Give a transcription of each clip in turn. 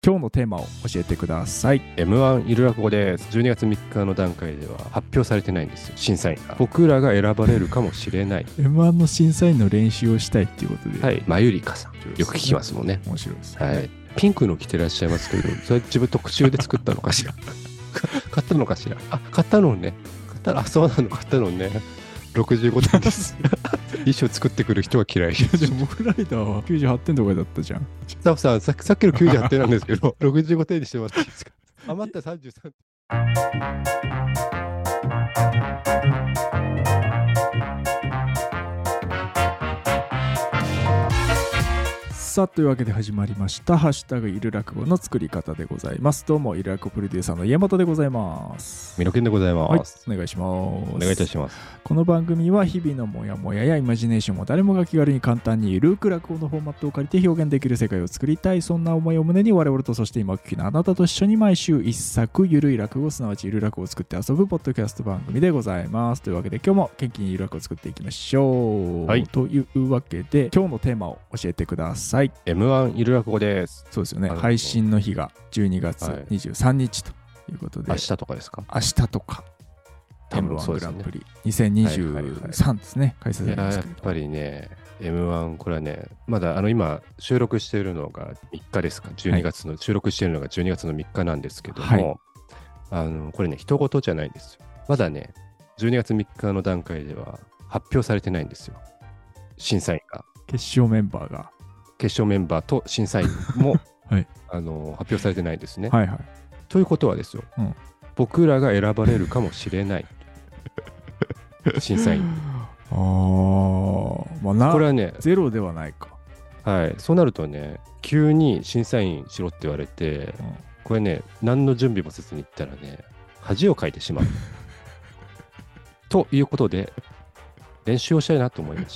今日のテーマを教えてください。 M1 ゆる落語です。12月3日の段階では発表されてないんですよ、審査員が。僕らが選ばれるかもしれない。 M1 の審査員の練習をしたいっていうことで、 はい、まゆりかさん、よく聞きますもんね。 面白いですね。 はい、ピンクの着てらっしゃいますけど、それ自分特注で作ったのかしら買ったのかしら。あ、買ったのね。あ、そうなの、買ったのね。65点です。衣装作ってくる人は嫌いです。 でもモグライダーは98点とかだったじゃん。 スタッフさん、さっきの98点なんですけど、65点にしてもらっていいですか。余った33点。 さあ、というわけで始まりましたハッシュタグゆる落語の作り方でございます。どうもゆる落語プロデューサーの家元でございます。 ミノケンでございます。 はい、お願いします。 お願いいたします。 この番組は日々のモヤモヤやイマジネーションを誰もが気軽に簡単にゆるく落語のフォーマットを借りて表現できる世界を作りたい、そんな思いを胸に我々と、そして今お聞きのあなたと一緒に毎週一作ゆるい落語、すなわちゆる落語を作って遊ぶポッドキャスト番組でございます。というわけで今日も元気にゆる落語を作っていきましょう、 はい、 というわけで今日のテーマを教えてください。 M1 ゆる落語です。 そうですよね。配信の日が12月23日ということで、 明日とかですか。 明日とかM1 グランプリ2023ですね、開催されますけど。 やっぱりね、M1、これはね、まだ今、収録しているのが3日ですか、12月の、収録しているのが12月の3日なんですけども、これね、人事じゃないんですよ。まだね、12月3日の段階では発表されてないんですよ、審査員が。 決勝メンバーが。 決勝メンバーと審査員も、 はい、 発表されてないですね。 はいはい。 ということはですよ、僕らが選ばれるかもしれない。審査員。 まあ、 これはね、 ゼロではないか。 はい、そうなるとね、急に審査員しろって言われて、これね、何の準備もせずに行ったらね、恥をかいてしまう。ということで、練習をしたいなと思いまして。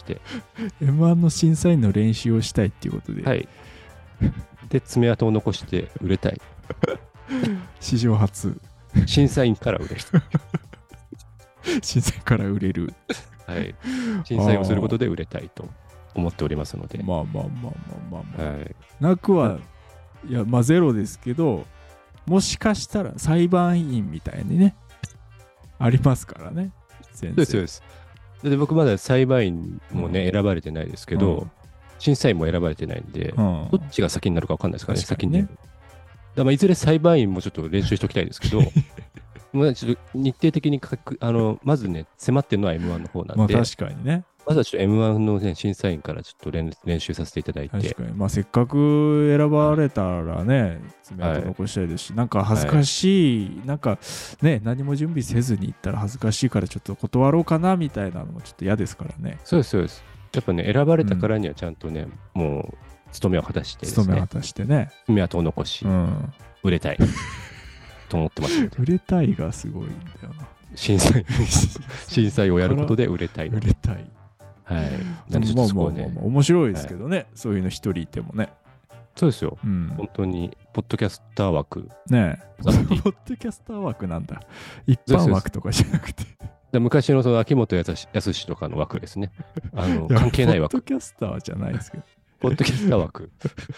M1 の審査員の練習をしたいっていうことで。 はい。で、爪痕を残して売れたい。 史上初。 審査員から売れる。 審査員から売れる。 はい。審査員をすることで売れたいと思っておりますので。 まあ、はい、なくは、いや、まあゼロですけど、もしかしたら裁判員みたいにね、ありますからね。 そうです、そうです。で、僕まだ裁判員もね、選ばれてないですけど、審査員も選ばれてないんで、どっちが先になるか分かんないですからね、先にね。いずれ裁判員もちょっと練習しておきたいですけど、ちょっと日程的にまずね、迫ってるのは M1 の方なんで、 まあ確かにね。 まずはちょっと M1 の、ね、審査員からちょっと練習させていただいて。 確かに。まあせっかく選ばれたらね、爪痕残したいですし、なんか恥ずかしい、なんかね、何も準備せずに行ったら恥ずかしいからちょっと断ろうかなみたいなのもちょっと嫌ですからね。 そうです、そうです。やっぱね、選ばれたからにはちゃんとね、もう、務めを果たしてですね。 務めを果たしてね。 爪痕を残し、売れたい。と思ってますので。 売れたいがすごいんだよな。 審査員をやることで売れたい。 売れたい。 はい。 面白いですけどね、そういうの一人いてもね。 そうですよ。本当に、ポッドキャスター枠。 ねえ。ポッドキャスター枠なんだ。一般枠とかじゃなくて。 昔のその秋元康とかの枠ですね。関係ない枠。 ポッドキャスターじゃないですけど。 ポッドキャスター枠。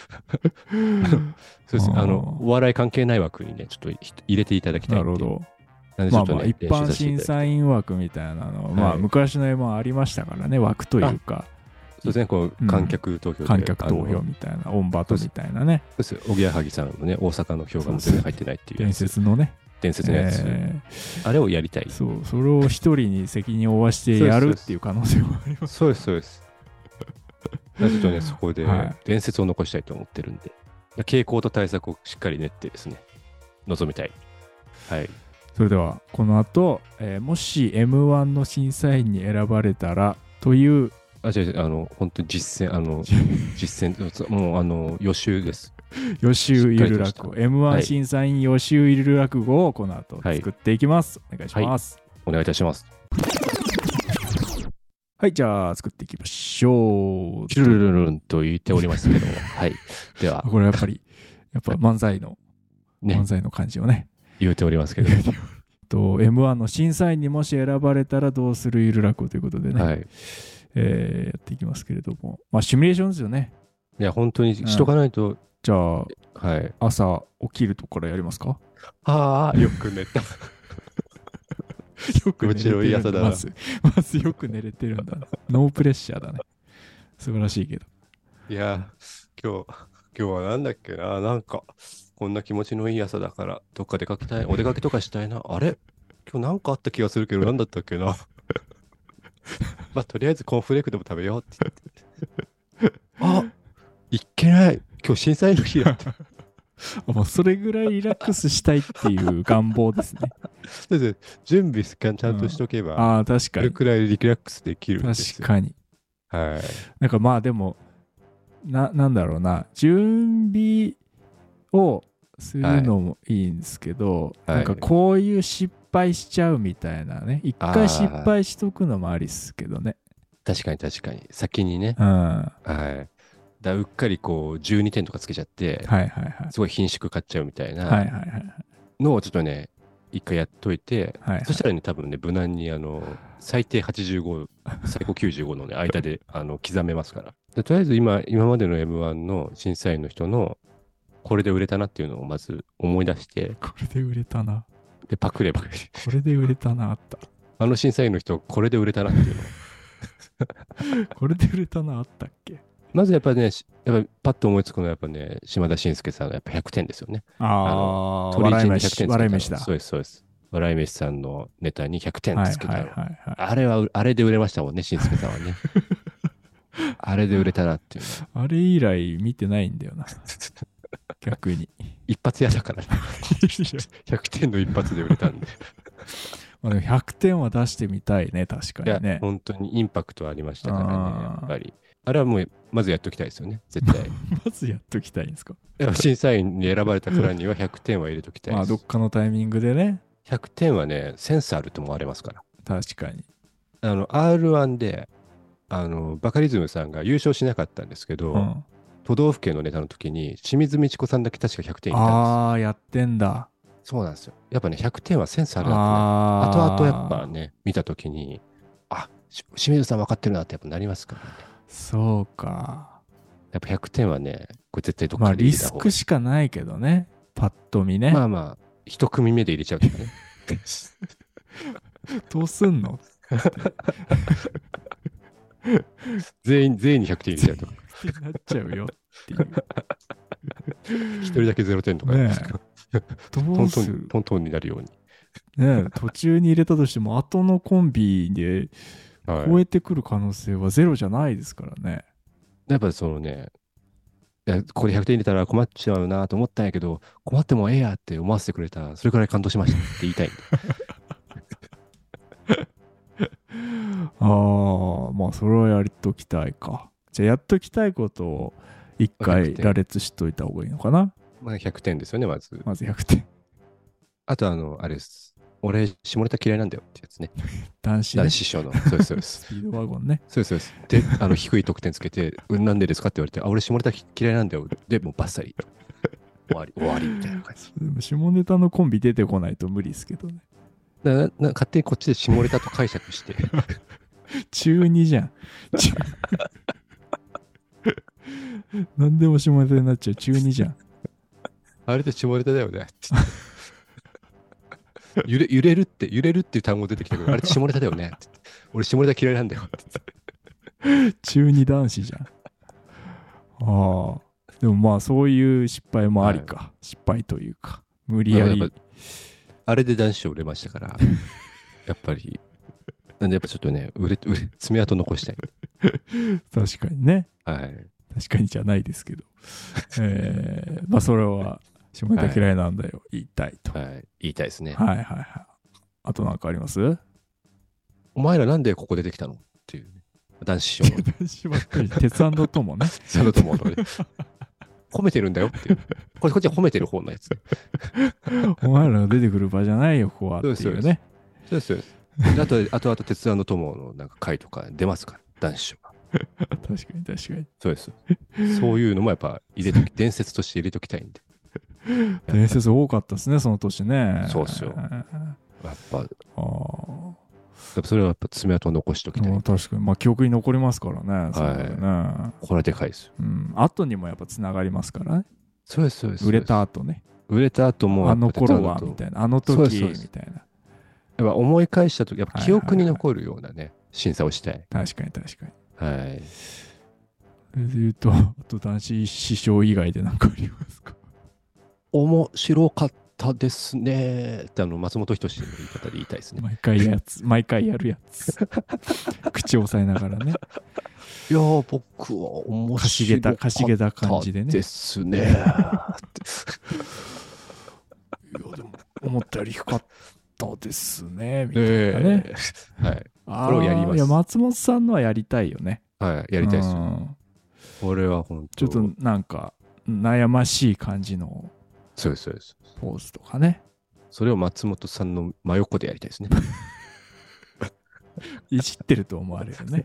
そうです。お笑い関係ない枠にね、ちょっと入れていただきたい。 なるほど。 まあまあ一般審査員枠みたいなのは、まあ昔の M1 ありましたからね、枠というか。 そうですね、こう観客投票観客投票みたいな、オンバトみたいなね。 そうです。おぎやはぎさんのね、大阪の票が全然入ってないっていう。 伝説のね。 伝説のやつ。あれをやりたい。 そう、それを一人に責任を負わしてやるっていう可能性もあります。 そうです、そうです。ちょっとね、そこで伝説を残したいと思ってるんで、傾向と対策をしっかり練ってですね、臨みたい。はい。 それでは、この後、もし M1 の審査員に選ばれたらという、 本当に実践、もう予習です。 予習ゆる落語。M1 審査員予習ゆる落語をこの後作っていきます。お願いします。 お願いいたします。 はい、じゃあ作っていきましょう。 チュルルルンと言っておりますけども、はい。では。 これやっぱ漫才の感じをね。 言うておりますけど。 M1 の審査員にもし選ばれたらどうするゆる落語ということでね、やっていきますけれども、まあシミュレーションですよね。 いや、本当にしとかないと、 じゃあ、 はい。 朝起きるとこからやりますか？ ああ、よく寝た。 よく寝れて気持ちのいいるんだ。 朝だな。 まずよく寝れてるんだな。ノープレッシャーだね。素晴らしいけど。 いや、今日、今日はなんだっけな、なんか、こんな気持ちのいい朝だから、どっか出かけたい、お出かけとかしたいな。あれ今日なんかあった気がするけど、なんだったっけな。まあ、とりあえずコーンフレークでも食べようって言って。あ、いっけない。今日震災の日だって。 もうそれぐらいリラックスしたいっていう願望ですね。 だって準備ちゃんとしとけば、 ああ、確かに。 それくらいリラックスできるんですよ。 確かに。 はい。 なんかまあでも、なんだろうな。準備をするのもいいんですけど、 はいなんかこういう失敗しちゃうみたいなね。一回失敗しとくのもありっすけどね。 確かに確かに。先にね。 うん。ははい。うっかりこう、12点とかつけちゃって、 いはいはい。 すごい品種買っちゃうみたいはいはいなはい。 のをちょっとね、一回やっといて、 はいはいそしたらね、多分ね、無難に最低85、最高95のね、間で刻めますから。とりあえず今までの M1 の審査員の人の、これで売れたなっていうのをまず思い出して、 これで売れたな。 で、パクればいい。 これで売れたなあった。 審査員の人、これで売れたなっていうのを。 これで売れたなあったっけ？ まずやっぱね、やっぱパッと思いつくのはやっぱね、島田紳介さんのやっぱ100点ですよね。 ああ、 鳥人に100 笑い飯、 点つけたの。 笑い飯だ。 そうです、そうです。笑い飯さんのネタに100点はいつけたの。 はいはいはい。 あれで売れましたもんね、紳介さんはね。あれで売れたなっていうのは。 あれ以来見てないんだよな。逆に。 一発屋だからね。100点の一発で売れたんで。 まあでも100点は出してみたいね、確かいや、 にね。 本当にインパクトありましたからね、 あーやっぱり。あれはもう、まずやっときたいですよね、絶対。 まずやっときたいんですか？ いや審査員に選ばれたからには100点は入れときたいまあどっです。 かのタイミングでね。 100点はね、センスあると思われますから。 確かに。 R1 で、バカリズムさんが優勝しなかったんですけど、 うん。 都道府県のネタの時に、清水美智子さんだけ確か100点いったんです。 ああ、やってんだ。 そうなんですよ。やっぱね、100点はセンスあるなってね、 ああ。 後々やっぱね、見た時に、あ、清水さん分かってるなってやっぱなりますからね。 そうか。 やっぱ100点はね、これ絶対どっまあかでリスク入れた方がいい。 しかないけどね。パッと見ね。 まあまあ、一組目で入れちゃうとかね。 どうすんの？ 全員に100点入れちゃうとか。 ってなっちゃうよっていう。 一人だけ0点とかねですか。 えどうする？ トントンになるように。 ねえ途中に入れたとしても、後のコンビではい。 超えてくる可能性はゼロじゃないですからね。 やっぱそのね、いやここで100点入れたら困っちゃうなと思ったんやけど、困ってもええやって思わせてくれた、それくらい感動しましたって言いたいんで。 ああ、まあそれはやりときたいか。じゃあやっときたいことを一回 100点羅列しといた方がいいのかな。 まあ100点ですよね、まず。 まず100点。 あとあれです。俺、下ネタ嫌いなんだよってやつね。 男子ね。 男子師匠の。そうです、そうです。 スピードワゴンね。 そうです、そうです。で、低い得点つけて、なんでですかって言われて、俺、下ネタ嫌いなんだよ。で、もうバッサリ。終わりみたいな感じ。 でも下ネタのコンビ出てこないと無理ですけどね。 勝手にこっちで下ネタと解釈して。 中2じゃん。何でも下ネタになっちゃう中2じゃん。 あれって下ネタだよね。揺れるっていう単語出てきたけど、あれって下ネタだよね。俺、下ネタ嫌いなんだよ。 中2男子じゃん。ああ。でもまあそういう失敗もありか。失敗というか。無理やり。 あれで男子賞売れましたから、やっぱり。なんでやっぱちょっとね、爪痕残したい。 確かにね。 はい。 確かにじゃないですけど。まあそれは下ネタ嫌いなんだよ。言いたいと。 はい。言いたいですね。 はいはいはい。あとなんかあります？ お前らなんでここ出てきたのっていうね。男子賞の。 男子ばっかり。鉄腕ともね。 そのと思うのね。褒めてるんだよっていう。こっちは褒めてる方のやつ。 お前らが出てくる場じゃないよ、ここはっていうね。 そうです、そうです。あと、鉄腕の友のなんか回とか出ますから、男子賞が。 確かに確かに。 そうです。そういうのもやっぱ伝説として入れときたいんで。 伝説多かったですね、その年ね。 そうっすよ。やっぱ。 それはやっぱ爪痕を残しておきたい。 確かに。まあ記憶に残りますからね。 はい。これはでかいですよ。 後にもやっぱつながりますからね。 そうです、そうです。 売れた後ね。 売れた後も。 あの頃は、みたいな。あの時、みたいな。 やっぱ思い返した時、やっぱ記憶に残るようなね、審査をしたい。 確かに確かに。 はい。 それで言うと、あと男子師匠以外で何かありますか？ 面白かったですねって松本人志の言い方で言いたいですね。 毎回やるやつ。口を押さえながらね。 いやー、僕は面白かったかしげた感じでね。 ですね。いや、でも、思ったより低かったですね、みたいなね。 はい。これをやります。 いや、松本さんのはやりたいよね。 はい、やりたいですよ。これは本当。 ちょっとなんか、悩ましい感じの。 そうです、そうです。 ポーズとかね。 それを松本さんの真横でやりたいですね。 いじってると思われるね。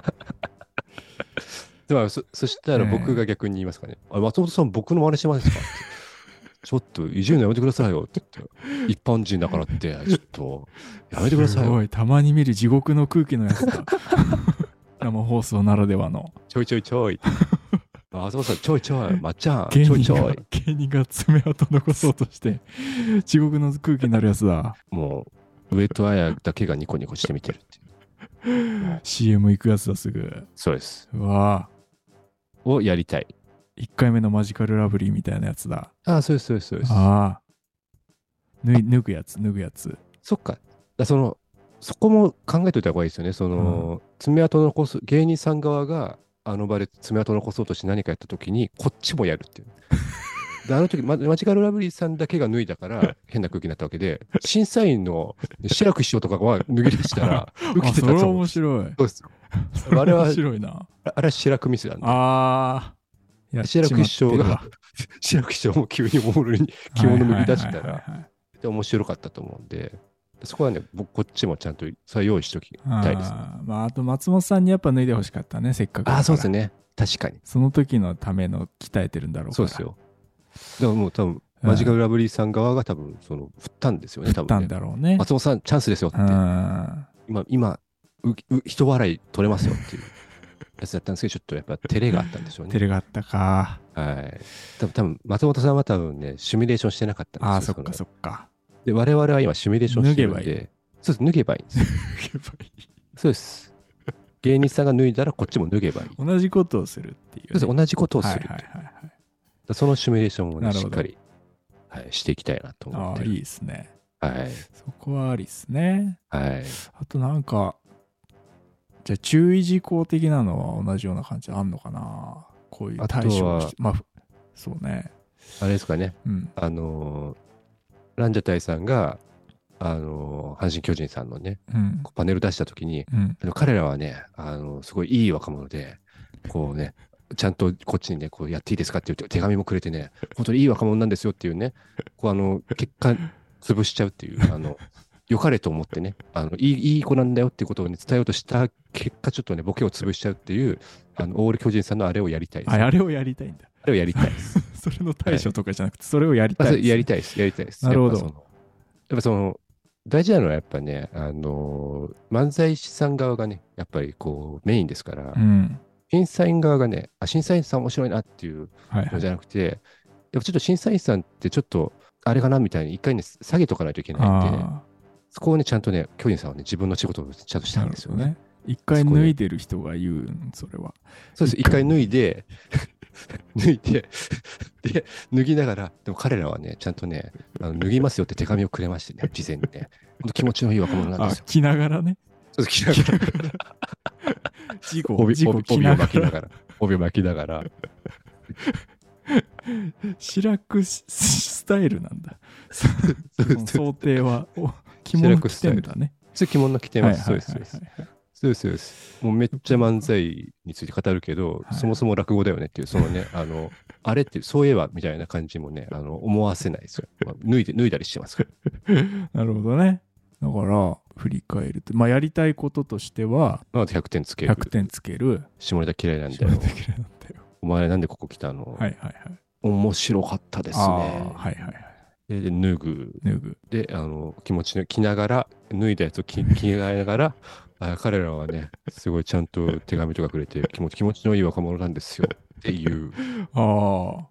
でもそしたら僕が逆に言いますかね。松本さん、僕の真似してますかって。ちょっといじるのやめてくださいよって言って、一般人だからって、ちょっとやめてくださいよ。 すごい、たまに見る地獄の空気のやつだ。生放送ならではの。 ちょいちょいちょい。松本さん、ちょいちょい、まっちゃん、ちょいちょい。 芸人が爪痕残そうとして、地獄の空気になるやつだ。 もう、上戸彩だけがニコニコして見てるっていう。 CM 行くやつだ、すぐ。 そうです。 うわぁ。をやりたい。 1回目のマジカルラブリーみたいなやつだ。 ああ、そうです、そうです、そうです。 ああ。脱ぐやつ。 そっか。そこも考えておいた方がいいですよね。爪痕残す、芸人さん側が、あの場で爪痕残そうとして何かやったときに、こっちもやるっていう。で、あの時、マジカルラブリーさんだけが脱いだから、変な空気になったわけで、審査員の志らく師匠とかが脱ぎ出したら、受けてたと思う。 それは面白い。 そうですよ。あれは、 面白いな。 あれは志らくミスなんで。 ああ。 志らく師匠が、志らく師匠も急におもろに着物脱ぎ出したら、面白かったと思うんで、そこはね、こっちもちゃんと用意しておきたいですね。 あと松本さんにやっぱ脱いでほしかったね、せっかく。 そうですね。確かに。 その時のための鍛えてるんだろうから。 そうですよ。だからもう多分、マジカルラブリーさん側が多分、振ったんですよね、多分、 振ったんだろうね。 松本さん、チャンスですよって。今、人笑い取れますよっていうやつだったんですけど、ちょっとやっぱ照れがあったんでしょうね。 照れがあったか。 はい。多分、松本さんは多分ね、シミュレーションしてなかったんですよ。 そっか。 で、我々は今シミュレーションしてるんで、 脱げばいい。 そうです、脱げばいいんです。そうです。芸人さんが脱いだらこっちも脱げばいい。 同じことをするっていう。 そうです、同じことをするっていう。そのシミュレーションをね、しっかり、していきたいなと思って。 いいですね。 はい。 そこはありですね。 はい。 あとなんか、じゃあ注意事項的なのは同じような感じあんのかな？こういう対処して。まあ、そうね。 あれですかね。ランジャタイさんが、阪神巨人さんのね、パネル出したときに、彼らはね、すごいいい若者で、こうね、ちゃんとこっちにね、こうやっていいですかって言って手紙もくれてね、本当にいい若者なんですよっていうね、結果潰しちゃうっていう、良かれと思ってね、いい子なんだよっていうことをね、伝えようとした結果、ちょっとね、ボケを潰しちゃうっていう、オール巨人さんのあれをやりたいです、 あれをやりたいんだ。 あれをやりたいです。 それの対処とかじゃなくて、それをやりたいです。 やりたいです。やりたいです。 なるほど。 やっぱ大事なのはやっぱね、漫才師さん側がね、やっぱりこう、メインですから、審査員側がね、審査員さん面白いなっていうのじゃなくて、やっぱちょっと審査員さんってちょっと、あれかなみたいに一回ね、下げとかないといけないんで、そこをね、ちゃんとね、巨人さんはね、自分の仕事をちゃんとしたんですよね。 一回脱いでる人が言う、それは。 そうです。一回脱いで、で、脱ぎながら、でも彼らはね、ちゃんとね、脱ぎますよって手紙をくれましてね、事前にね。本当気持ちのいい若者なんですよ。 着ながらね。 そうです、着ながら。帯を巻きながら。帯を巻きながら。 白くスタイルなんだ。想定は、着物着てんだね。 そう、着物着てます。そうです。そうです。もうめっちゃ漫才について語るけど、そもそも落語だよねっていう、そのね、あれって、そういえばみたいな感じもね、思わせないですよ。脱いだりしてますから。 なるほどね。だから、振り返ると、まあ、やりたいこととしては、 100点つける。 100点つける。 下ネタ嫌いなんだよ。お前なんでここ来たの？面白かったですね。 で、脱ぐ。 脱ぐ。 で、気持ちの着ながら、脱いだやつを着替えながら、彼らはね、すごいちゃんと手紙とかくれて、気持ちのいい若者なんですよっていう。 ああ。 はい。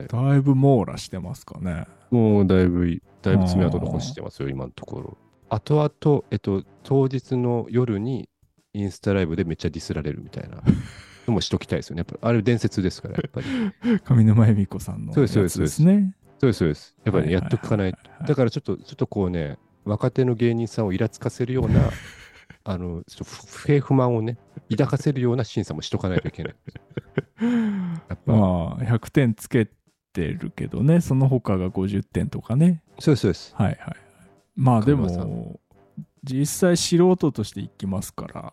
だいぶ網羅してますかね。 もうだいぶ爪痕残してますよ、今のところ。あとあと、当日の夜にインスタライブでめっちゃディスられるみたいなのもしときたいですよね。やっぱあれ伝説ですから、やっぱり。 上沼恵美子さんのやつですね。 そうです、そうです。やっぱりね、やっとかないと。だからちょっとこうね、若手の芸人さんをイラつかせるような、ちょっと不平不満をね、抱かせるような審査もしとかないといけない。やっぱまあ、100点つけてるけどね、その他が50点とかね。 そうです、そうです。 はいはい。まあでも、実際素人としていきますから、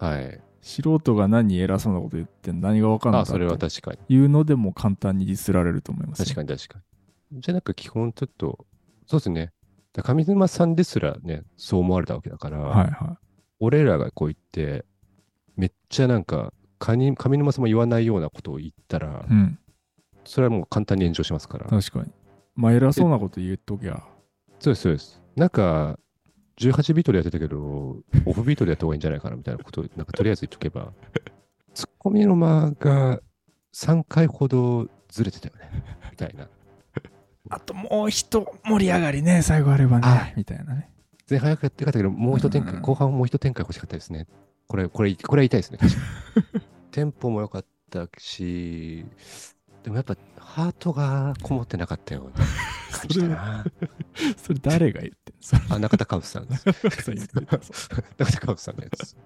はい。 素人が何偉そうなこと言って何が分かんないかそれは確かに。 いうのでも簡単にディスられると思います。 確かに確かに。じゃあなんか基本ちょっと、そうですね。上沼さんですらね、そう思われたわけだから、 はいはい。 俺らがこう言って、めっちゃなんか、上沼さんも言わないようなことを言ったら、 うん、 それはもう簡単に炎上しますから。 確かに。まあ偉そうなこと言っときゃ。 そうです、そうです。なんか、18ビートでやってたけど、オフビートでやった方がいいんじゃないかなみたいなことを、なんかとりあえず言っとけば、ツッコミの間が3回ほどずれてたよね、みたいな。 あともう一盛り上がりね、最後あればね、みたいなね。 前半よくやってよかったけど、もう一展開、後半もう一展開欲しかったですね。これは言いたいですね。テンポも良かったし、でもやっぱハートがこもってなかったような感じだな。 それ誰が言ってんの？ 中田カウスさんです。中田カウスさんのやつ。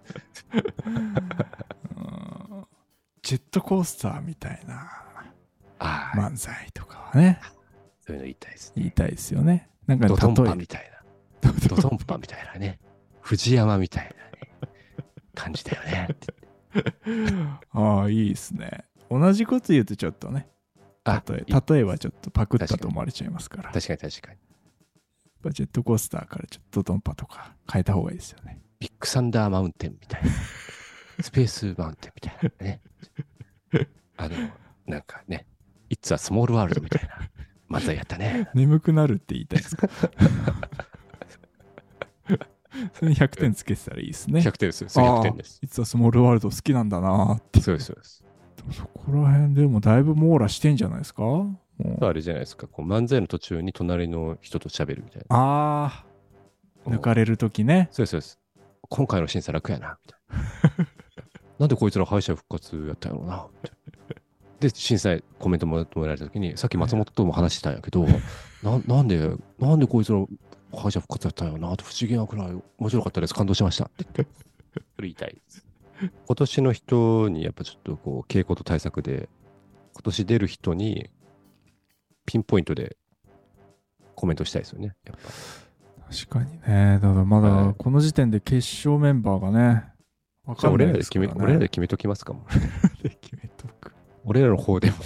ジェットコースターみたいな漫才とかはね。 そういうの言いたいですね。 言いたいですよね。なんかドドンパみたいな。ドドンパみたいなね。藤山みたいなね。感じだよね。 ああ、いいですね。同じこと言うとちょっとね。例えばちょっとパクったと思われちゃいますから。 確かに確かに。 ジェットコースターからちょっとドンパとか変えた方がいいですよね。 ビッグサンダーマウンテンみたいな。スペースマウンテンみたいなね。なんかね、It's a small world みたいな漫才やったね。 眠くなるって言いたいですか？それに100点つけてたらいいですね。 100点ですよ。100点です。 It's a small world 好きなんだなって。 そうです、そうです。 そこら辺でもだいぶ網羅してんじゃないですか？ あれじゃないですか。こう漫才の途中に隣の人と喋るみたいな。 ああ。抜かれるときね。 そうです、そうです。今回の審査楽やな。みたいな。なんでこいつら敗者復活やったんやろうな。みたいな。で、審査コメントもらえたときに、さっき松本とも話してたんやけど、なんでこいつら敗者復活やったんやろうなと不思議なくらい面白かったです。感動しましたって言って。それ言いたいです。今年の人にやっぱちょっとこう傾向と対策で、今年出る人にピンポイントでコメントしたいですよね。やっぱ確かにね。だからまだこの時点で決勝メンバーがね、分かんないですからね。 俺らで決めときますかも。 決めとく。 俺らの方でも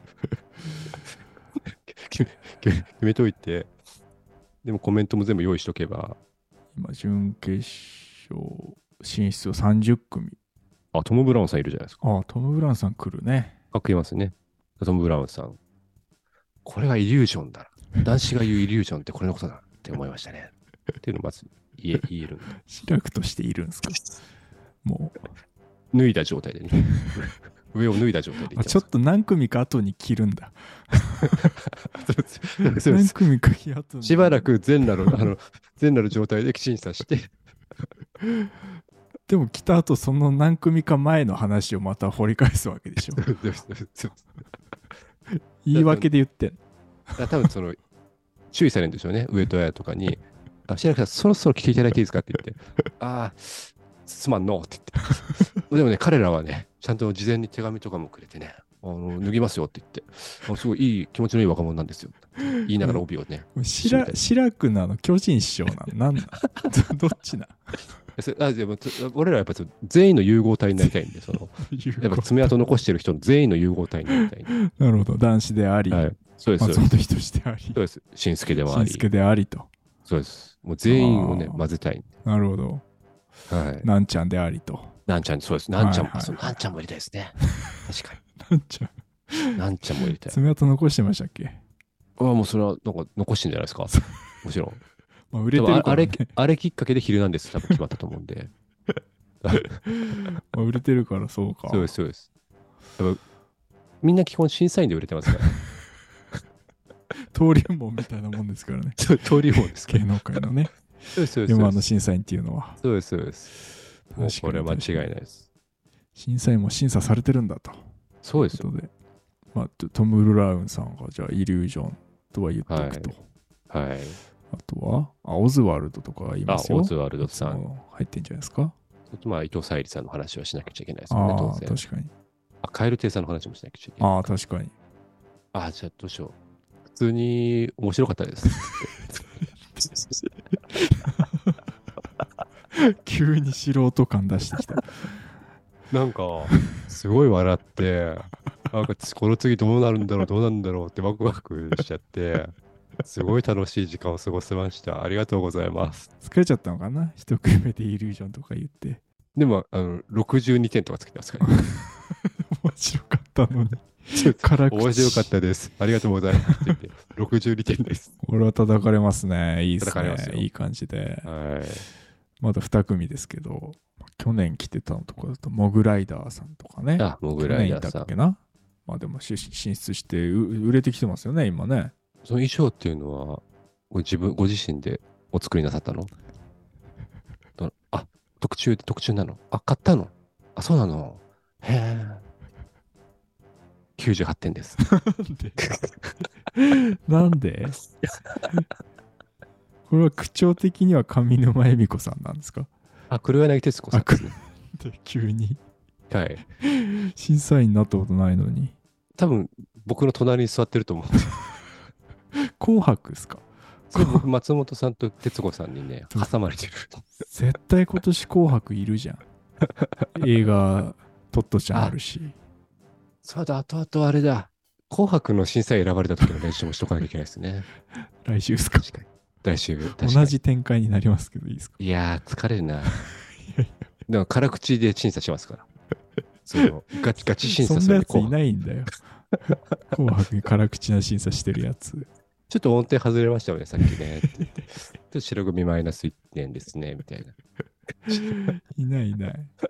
決めといて、でもコメントも全部用意しとけば。 今、準決勝進出を30組。 トム・ブラウンさんいるじゃないですか。 トム・ブラウンさん来るね。 いますね。トム・ブラウンさん。これがイリュージョンだな。男子が言うイリュージョンってこれのことだって思いましたね。っていうのをまず言えるんで。 志らくとしているんですか？もう。脱いだ状態でね。上を脱いだ状態でちょっと何組か後に着るんだ。 何組か後に。 しばらく全裸の状態で審査して。 でも来た後その何組か前の話をまた掘り返すわけでしょ。言い訳で言ってんの。多分注意されるんでしょうね。上戸彩とかに。しらくさん、そろそろ来ていただいていいですかって言って。すまんのって言って。でもね、彼らはね、ちゃんと事前に手紙とかもくれてね、脱ぎますよって言って、すごいいい気持ちのいい若者なんですよ。言いながら帯をね。 志らくの巨人師匠なんどっちなでも俺らはやっぱり全員の融合体になりたいんで、やっぱ爪痕残してる人の全員の融合体になりたい。 なるほど。男子であり、 はい、そうです。 松本人志であり、 そうです。紳助でもあり。 紳助でありと。 そうです。もう全員をね、混ぜたい。 なるほど。 はい。 なんちゃんでありと。 なんちゃん、そうです。なんちゃんも入れたいですね。確かに。 なんちゃんも入れたい。 爪痕残してましたっけ？ もうそれはなんか残してんじゃないですか。もちろん。 まあ売れてるからね。 あれきっかけでヒルナンデス多分決まったと思うんで。 まあ売れてるからそうか。 そうです、そうです。やっぱみんな基本審査員で売れてますから。 登竜門みたいなもんですからね。 登竜門ですか芸能界のね。 そうです、そうです。 M1 の審査員っていうのは。 そうです、そうです。もうこれは間違いないです。 審査員も審査されてるんだと。 そうですよ。 ということで、まあ、トム・ルラウンさんがじゃあイリュージョンとは言っておくと。 はい。 あとはオズワルドとか言いますよ。 オズワルドさん。 入ってんじゃないですか。 まあ、伊藤沙莉さんの話はしなくちゃいけないですよね、当然。 確かに。 カエル亭さんの話もしなくちゃいけない。 確かに。 じゃあどうしよう。普通に面白かったです。 急に素人感出してきた。 なんか、すごい笑って、なんかこの次どうなるんだろう、どうなんだろうってワクワクしちゃって、すごい楽しい時間を過ごせました。ありがとうございます。 疲れちゃったのかな、一組目でイリュージョンとか言って。 でも、62点とかつけてますからね。 面白かったのに。 面白かったです。ありがとうございますって言って、62点です。 これは叩かれますね。いいですね。いい感じで。 はい。 まだ2組ですけど、去年来てたのとかだと、モグライダーさんとかね。 モグライダーさん。 去年いたっけな。まあでも進出して売れてきてますよね、今ね。 その衣装っていうのは、ご自身でお作りなさったの？特注なの？買ったの？そうなの？へえ。98点です。 なんでこれは口調的には上沼恵美子さんなんですか？ 黒柳徹子さんですね。 で急に。 はい。 審査員になったことないのに。 多分、僕の隣に座ってると思うんですよ。 紅白ですか？ それ僕、松本さんと徹子さんにね、挟まれてる。 絶対今年紅白いるじゃん。映画、トットちゃんあるし。 そうだ、あとあれだ。紅白の審査員選ばれた時の練習もしとかなきゃいけないですね。 来週ですか？ 確かに。来週。 同じ展開になりますけど、いいですか？ いやー、疲れるな。でも、辛口で審査しますから。ガチ審査する。そんなやついないんだよ。紅白に辛口な審査してるやつ。 ちょっと音程外れましたよね、さっきね。って言って。ちょっと白組マイナス1点ですね、みたいな。 いない。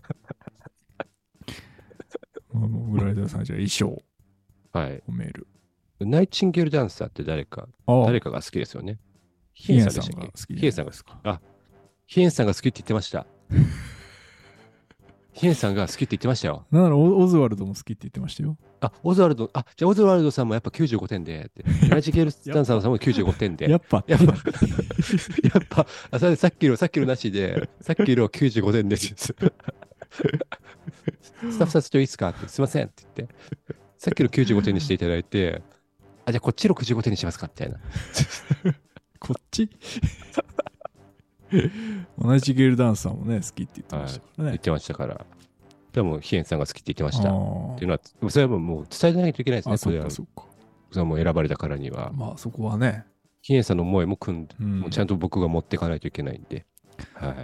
モグライダーさんじゃあ衣装。 はい。 褒める。 ナイチンゲールダンサーって誰かが好きですよね。 ヒエンさんが好き。 ヒエンさんが好き。ヒエンさんが好きって言ってました。ヒエンさんが好きって言ってましたよ。 なんならオズワルドも好きって言ってましたよ。 オズワルド、じゃあオズワルドさんもやっぱ95点で、ナイチンゲールダンサーさんも95点で。 やっぱ、 それでさっきのなしで、さっきの95点です。スタッフさんちょっといいですかって、すいませんって言って、さっきの95点にしていただいて、じゃあこっち65点にしますかみたいな。 こっち同じゲールダンサーもね、好きって言ってましたからね。 言ってましたから。でも、ヒエンさんが好きって言ってました。っていうのは、それはもう伝えないといけないですね。 そっか。 それはもう選ばれたからには。 まあ、そこはね。 ヒエンさんの思いももうちゃんと僕が持っていかないといけないんで。はい。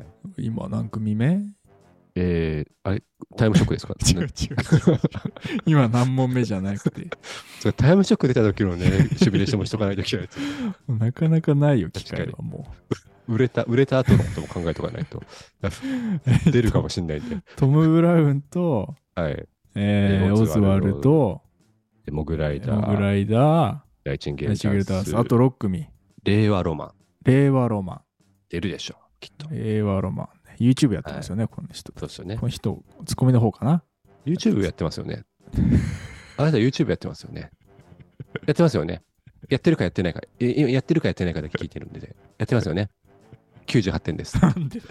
今、何組目？ タイムショックですか？ 違う。今何問目じゃなくて。 タイムショック出た時のね、守備練習もしとかないといけないです。 なかなかないよ、機会はもう。売れた後のことも考えとかないと。出るかもしれないんで。 トム・ブラウンと、 はい。 オズワルド、 モグライダー、ナイチンゲールダンス、 あと6組。 令和ロマン。 出るでしょ、きっと。 令和ロマン。YouTube やってますよね、この人。 そうですよね。 この人、ツッコミの方かな？ YouTube やってますよね。あなた YouTube やってますよね。やってますよね。やってるかやってないか。やってるかやってないかだけ聞いてるんで、やってますよね。98点です。 なんでだ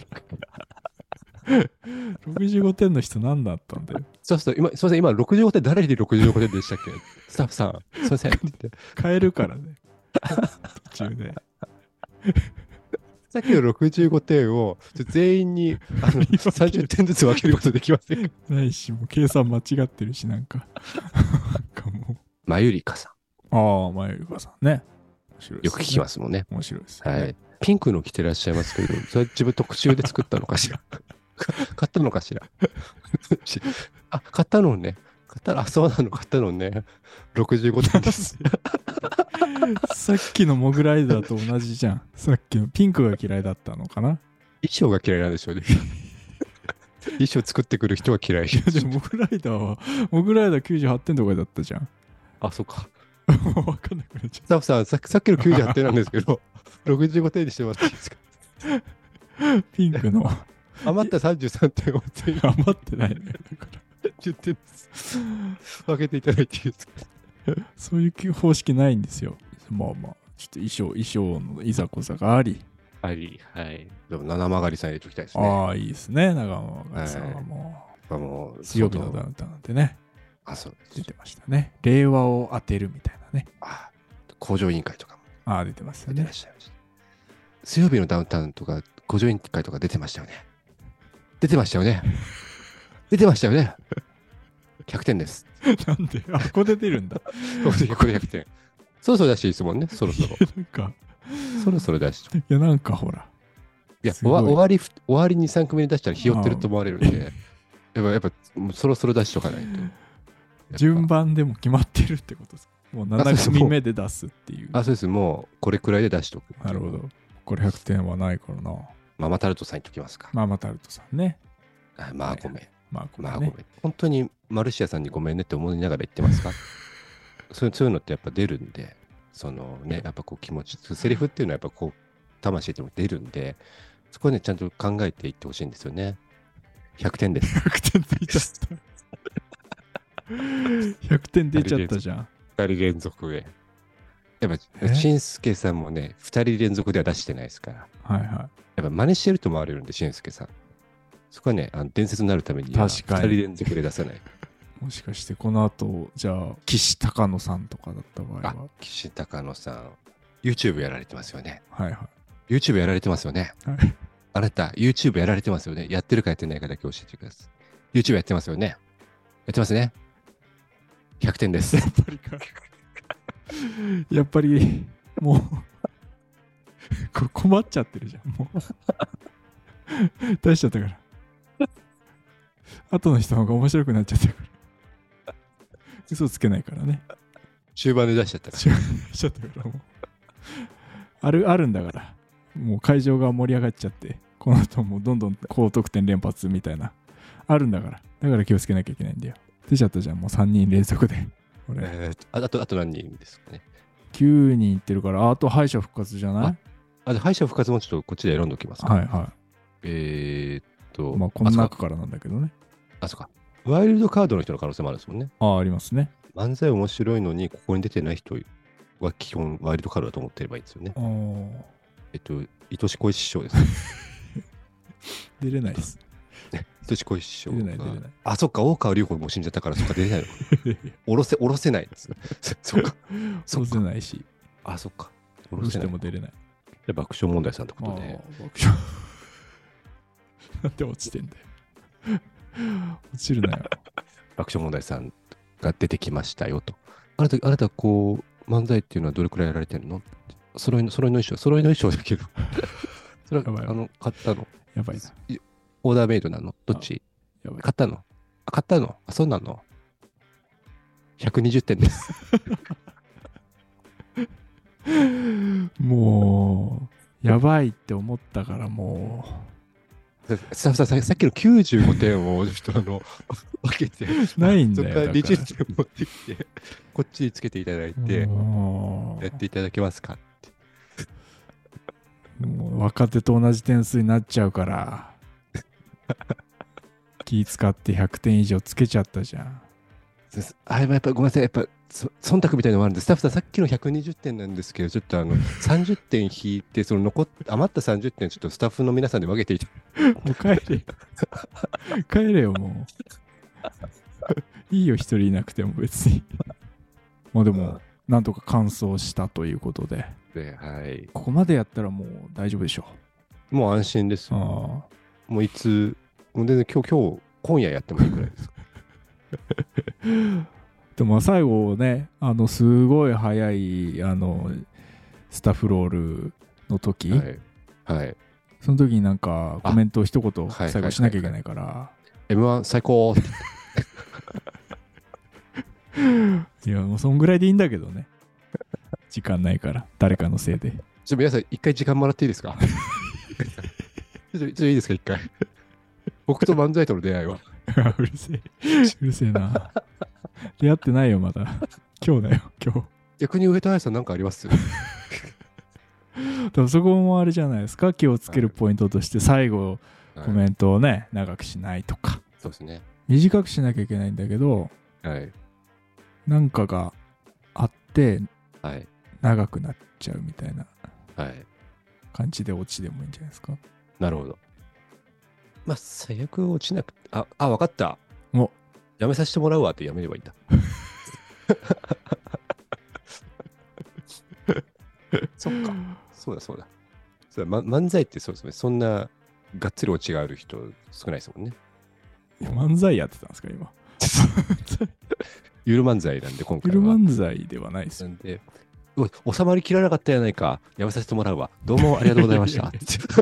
よ。65点の人何だったんだよ。 すいません、今65点、誰で65点でしたっけ？スタッフさん、すいません。 変えるからね。途中で。 さっきの65点を全員に30点ずつ分けることできませんか？ ないし、もう計算間違ってるし、なんかもう。 マユリカさん。マユリカさんね。 よく聞きますもんね。 面白いですね。はい。ピンクの着てらっしゃいますけど、それ自分特注で作ったのかしら。買ったのかしら。買ったのね。そうなの、買ったのね。65点です。 さっきのモグライダーと同じじゃん。さっきのピンクが嫌いだったのかな。 衣装が嫌いなんでしょうね。衣装作ってくる人は嫌い。 いやでもモグライダー98点とかだったじゃん。 あ、そうか。 分かんなくなっちゃスタッフさん、さっきの98点なんですけど、65点にしてもらっていいですか？ う。ピンクの余った33点を全員余ってないね。だから 10点です。分けていただいていいですか？ そういう方式ないんですよ。まあまあ、ちょっと衣装のいざこざがあり。 はい。でも、七曲りさん入れときたいですね。 ああ、いいですね。長間曲さんはもう、水曜日のダウンタウンってね、 そう出てましたね。令和を当てるみたいなね。 工場委員会とかも。 出てますよね。 出てらっしゃいました。水曜日のダウンタウンとか、工場委員会とか出てましたよね。出てましたよね。100点です。 なんでここで出るんだ。 ここで100点。そろそろ出していいですもんね、そろそろ。そろそろ出して。 いや、なんかほら。 いや、終わり2、3組で出したらひよってると思われるんで、やっぱそろそろ出しとかないと。 順番でも決まってるってことですか？もう7組目で出すっていう。 そうです。もうこれくらいで出しとく。 なるほど。これ100点はないからな。 ママタルトさん言っときますか。 ママタルトさんね。 まあごめん。 ごめん。 本当にマルシアさんにごめんねって思いながら言ってますか？そういうのってやっぱ出るんで、やっぱこう気持ち、セリフっていうのはやっぱこう、魂でも出るんで、そこはね、ちゃんと考えていってほしいんですよね。100点です。 100点出ちゃった。100点出ちゃったじゃん。 2人連続で。やっぱ、しんすけさんもね、2人連続では出してないですから。やっぱ真似してると思われるんで、しんすけさん。そこはね、伝説になるためには、2人連続で出さない。 もしかしてこの後、じゃあ、岸高野さんとかだった場合は。 岸高野さん、YouTube やられてますよね。 YouTube やられてますよね。あなた、YouTube やられてますよね。やってるかやってないかだけ教えてください。YouTube やってますよね。やってますね。100点です。 やっぱり、もう、困っちゃってるじゃん。もう。出しちゃったから。後の人の方が面白くなっちゃったから。嘘つけないからね。 終盤で出しちゃったから。 出しちゃったからもう。あるんだから。もう会場が盛り上がっちゃって、この後もうどんどん高得点連発みたいな。あるんだから。だから気をつけなきゃいけないんだよ。出ちゃったじゃん、もう3人連続で。 あと何人ですかね。 9人いってるから、あと敗者復活じゃない？ 敗者復活もちょっとこっちで選んでおきますか。 まあ、この中からなんだけどね。 そうか。ワイルドカードの人の可能性もあるんですもんね。 ありますね。 漫才面白いのに、ここに出てない人は基本ワイルドカードだと思ってればいいんですよね。愛し恋師匠ですね。 出れないです。 愛し恋師匠。 出れない。 そっか、大川隆法も死んじゃったから、そっか、出れないの。下ろせないです。そっか。 下ろせないし。 そっか。 下ろしても出れない。 爆笑問題さんってことで。 爆笑。なんで落ちてんだよ。落ちるなよ。 爆笑問題さんが出てきましたよと。あなたこう、漫才っていうのはどれくらいやられてるの？揃いの衣装だけど。それは、買ったの？ やばいな。 オーダーメイドなの？どっち？買ったの？そうなの？ 120 点です。 もう、やばいって思ったからもう。 さっきの95点をちょっと分けてないんだよ。 そこから20点持ってきてこっちにつけていただいてやっていただけますかって。 もう若手と同じ点数になっちゃうから気使って100点以上つけちゃったじゃん。 やっぱごめんなさい、やっぱ忖度みたいなのもあるんで、スタッフさんさっきの120点なんですけど、ちょっと30点引いて、余った30点ちょっとスタッフの皆さんで分けていた。 もう帰れよもう。いいよ一人いなくても別に。まあでもなんとか完走したということで、ここまでやったらもう大丈夫でしょう。もう安心です。もうもう全然今夜やってもいいくらいです。 でも最後ね、すごい早いスタッフロールの時、その時になんかコメントを一言最後しなきゃいけないから、 M1 最高いやもうそんぐらいでいいんだけどね。 時間ないから、誰かのせいで。 皆さん、一回時間もらっていいですか？ちょっといいですか、一回。僕と漫才との出会いは。 うるせえ。うるせえな。出会ってないよ、まだ。今日だよ、今日。 逆に上戸彩さんなんかあります？ でもそこもあれじゃないですか、気をつけるポイントとして、最後、コメントをね、長くしないとか。 そうですね。 短くしなきゃいけないんだけど、 はい。 なんかがあって、 はい。 長くなっちゃうみたいなはい感じで落ちでもいいんじゃないですか。 なるほど。まあ、最悪落ちなくて、わかった。 おやめさせてもらうわってやめればいいんだ。そっか。そうだ。そうだ、漫才ってそうですね。そんながっつりオチがある人少ないですもんね。 漫才やってたんですか、今。 ゆる漫才なんで、今回は。 ゆる漫才ではないですよ。 なんで、収まりきらなかったやないか。やめさせてもらうわ。どうもありがとうございました。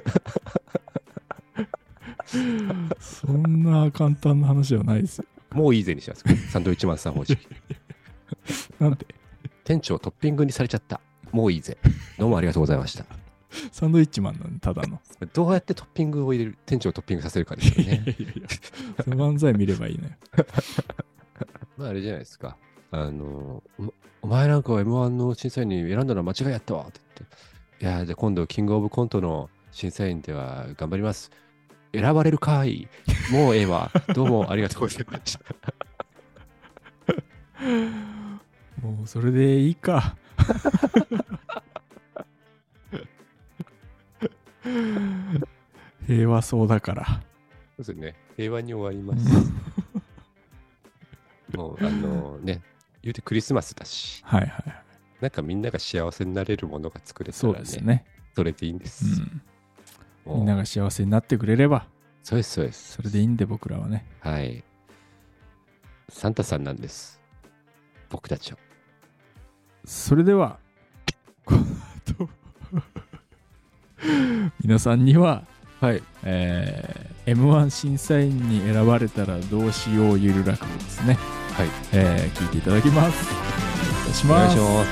そんな簡単な話ではないですよ。 もういいぜにします。サンドウィッチマンさん方式。 なんで店長トッピングにされちゃった。もういいぜ。どうもありがとうございました。 サンドイッチマンなんで、ただの。 どうやってトッピングを入れる、店長をトッピングさせるかですよね。 その漫才見ればいいのよ。 まああれじゃないですか。お前なんかは M1 の審査員に選んだのは間違いやったわって言って。いや、じゃあ今度キングオブコントの審査員では頑張ります。選ばれるかい。もうええわ。どうもありがとうございました。 もうそれでいいか。平和そうだから。 そうですね。平和に終わります。もうね、言うてクリスマスだし。 はいはい。 なんかみんなが幸せになれるものが作れたそうらね。 ですね。 それでいいんです。 みんなが幸せになってくれれば。 そうです、そうです。 それでいいんで、僕らはね。 はい。サンタさんなんです。僕たちは。 それでは、この後皆さんには、 はい。 M1 審査員に選ばれたらどうしようゆる落語ですね。 はい。 聞いていただきます。お願いいたします。 お願いします。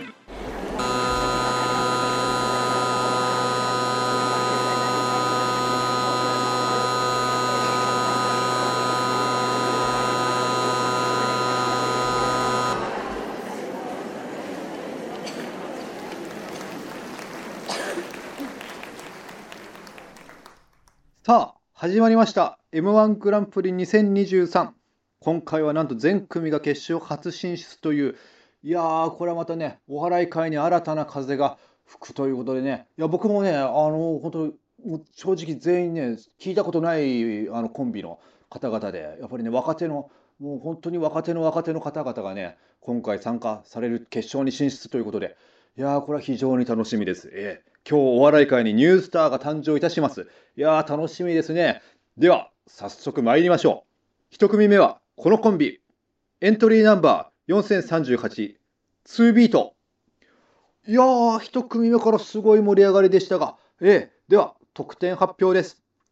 さあ、始まりました。M1 グランプリ2023。今回はなんと全組が決勝初進出という、これはまたね、お笑い界に新たな風が吹くということでね、僕もね、本当もう正直全員ね、聞いたことないコンビの方々で、やっぱりね、若手の、もう本当に若手の方々がね、今回参加される決勝に進出ということで、これは非常に楽しみです。今日お笑い界にニュースターが誕生いたします。楽しみですね。では、早速参りましょう。一組目は、このコンビ。エントリーナンバー4038、2ビート。一組目からすごい盛り上がりでしたが、では、得点発表です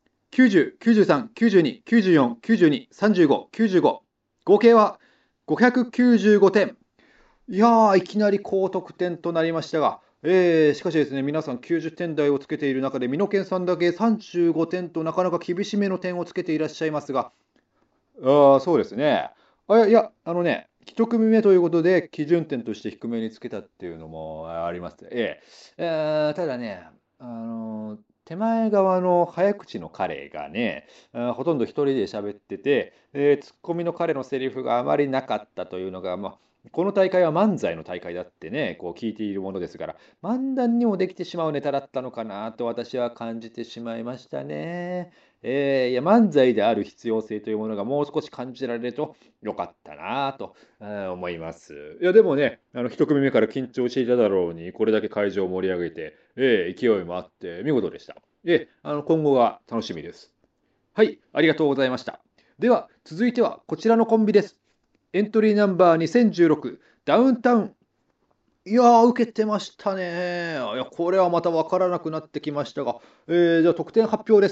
。90、93、92、94、92、35、95。合計は595点。いきなり高得点となりましたが、しかしですね、皆さん90点台をつけている中で、美濃健さんだけ35点となかなか厳しめの点をつけていらっしゃいますが、そうですね。一組目ということで、基準点として低めにつけたっていうのもあります。ただね、手前側の早口の彼がね、ほとんど一人で喋ってて、ツッコミの彼のセリフがあまりなかったというのが、この大会は漫才の大会だってね、こう聞いているものですから、漫談にもできてしまうネタだったのかなと私は感じてしまいましたね。漫才である必要性というものがもう少し感じられるとよかったなと思います。でもね、一組目から緊張していただろうに、これだけ会場を盛り上げて、勢いもあって見事でした。今後が楽しみです。はい、ありがとうございました。では、続いてはこちらのコンビです。エントリーナンバー2016、ダウンタウン。受けてましたね。これはまた分からなくなってきましたが、じゃあ得点発表です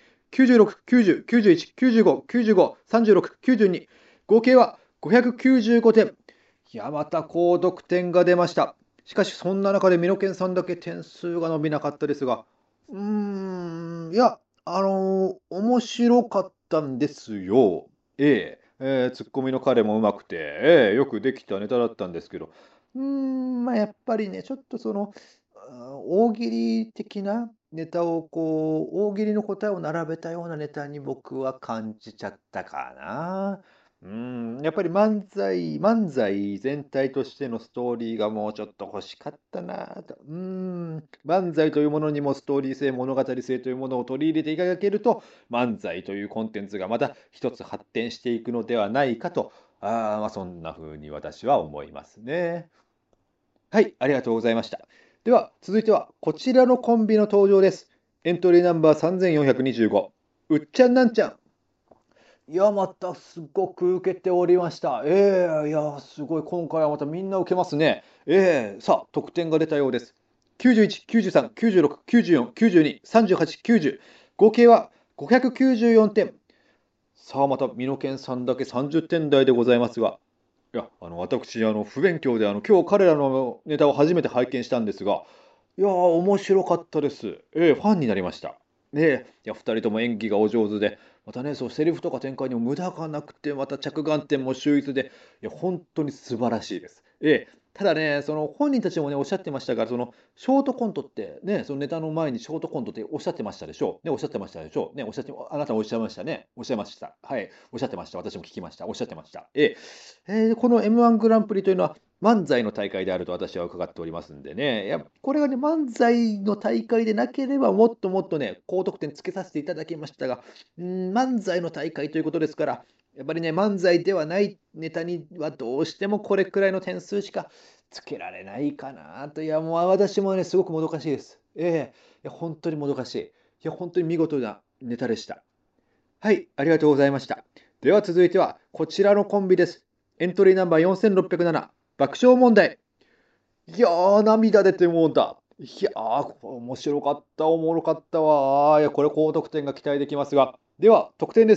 。96、90、91、95、95、36、92。合計は595点。また高得点が出ました。 しかしそんな中でミノケンさんだけ点数が伸びなかったですが、いや、面白かったんですよ。ツッコミの彼もうまくて、よくできたネタだったんですけど、やっぱりね、ちょっと大喜利的なネタを大喜利の答えを並べたようなネタに僕は感じちゃったかな。やっぱり漫才全体としてのストーリーがもうちょっと欲しかったなと。漫才というものにもストーリー性、物語性というものを取り入れていただけると、漫才というコンテンツがまた一つ発展していくのではないかと、そんな風に私は思いますね。はい、ありがとうございました。では、続いてはこちらのコンビの登場です。エントリーナンバー3425、うっちゃんなんちゃん。いや、またすごく受けておりました。いや、すごい。今回はまたみんな受けますね。さあ、得点が出たようです。91、93、96、94、92、38、90。合計は594点。さあ、また、ミノケンさんだけ30点台でございますが、いや、私、不勉強で、今日彼らのネタを初めて拝見したんですが、いやー、面白かったです。ファンになりました。いや、2人とも演技がお上手で、またね、そう、セリフとか展開にも無駄がなくて、また着眼点も秀逸で、いや、本当に素晴らしいです。ただね、その本人たちもね、おっしゃってましたが、ショートコントってね、そのネタの前にショートコントっておっしゃってましたでしょう。ね、おっしゃってましたでしょう。ね、あなたおっしゃいましたね。おっしゃいました。はい、おっしゃってました。私も聞きました。おっしゃってました。この M1 グランプリというのは、漫才の大会であると私は伺っておりますんでね、いや、これがね、漫才の大会でなければ、もっともっとね、高得点つけさせていただきましたが、漫才の大会ということですから、やっぱりね、漫才ではないネタにはどうしてもこれくらいの点数しかつけられないかなと。いや、もう私もね、すごくもどかしいです。いや、本当にもどかしい。いや、本当に見事なネタでした。はい、ありがとうございました。では続いては、こちらのコンビです。エントリーナンバー4607、爆笑問題。いやー、涙出てもうた。いやー、これ面白かった、おもろかったわ。いや、これ高得点が期待できますが。では、得点です